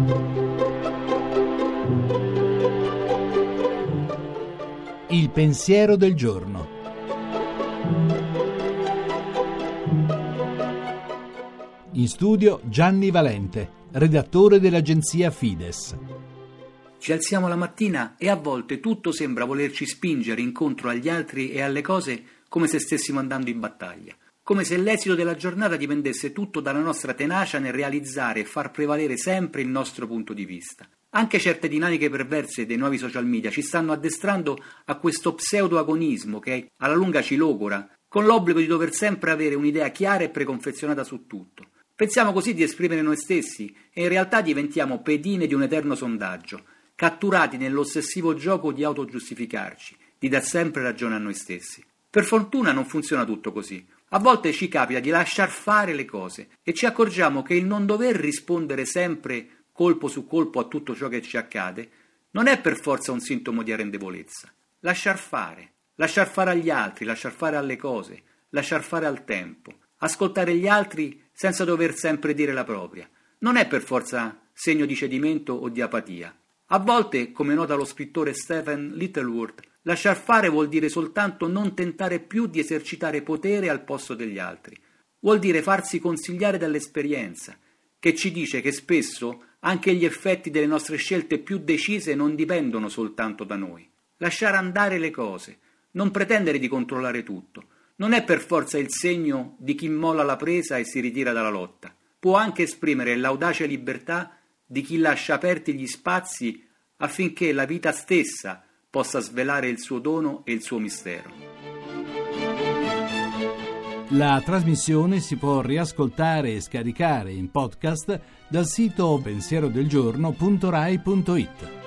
Il pensiero del giorno. In studio Gianni Valente, redattore dell'agenzia Fides. Ci alziamo la mattina e a volte tutto sembra volerci spingere incontro agli altri e alle cose come se stessimo andando in battaglia. Come se l'esito della giornata dipendesse tutto dalla nostra tenacia nel realizzare e far prevalere sempre il nostro punto di vista. Anche certe dinamiche perverse dei nuovi social media ci stanno addestrando a questo pseudo-agonismo che alla lunga ci logora, con l'obbligo di dover sempre avere un'idea chiara e preconfezionata su tutto. Pensiamo così di esprimere noi stessi e in realtà diventiamo pedine di un eterno sondaggio, catturati nell'ossessivo gioco di autogiustificarci, di dar sempre ragione a noi stessi. Per fortuna non funziona tutto così. A volte ci capita di lasciar fare le cose e ci accorgiamo che il non dover rispondere sempre colpo su colpo a tutto ciò che ci accade non è per forza un sintomo di arrendevolezza. Lasciar fare agli altri, lasciar fare alle cose, lasciar fare al tempo, ascoltare gli altri senza dover sempre dire la propria, non è per forza segno di cedimento o di apatia. A volte, come nota lo scrittore Stephen Littlewood, lasciar fare vuol dire soltanto non tentare più di esercitare potere al posto degli altri. Vuol dire farsi consigliare dall'esperienza, che ci dice che spesso anche gli effetti delle nostre scelte più decise non dipendono soltanto da noi. Lasciare andare le cose, non pretendere di controllare tutto, non è per forza il segno di chi molla la presa e si ritira dalla lotta. Può anche esprimere l'audace libertà di chi lascia aperti gli spazi affinché la vita stessa possa svelare il suo dono e il suo mistero. La trasmissione si può riascoltare e scaricare in podcast dal sito pensierodelgiorno.rai.it.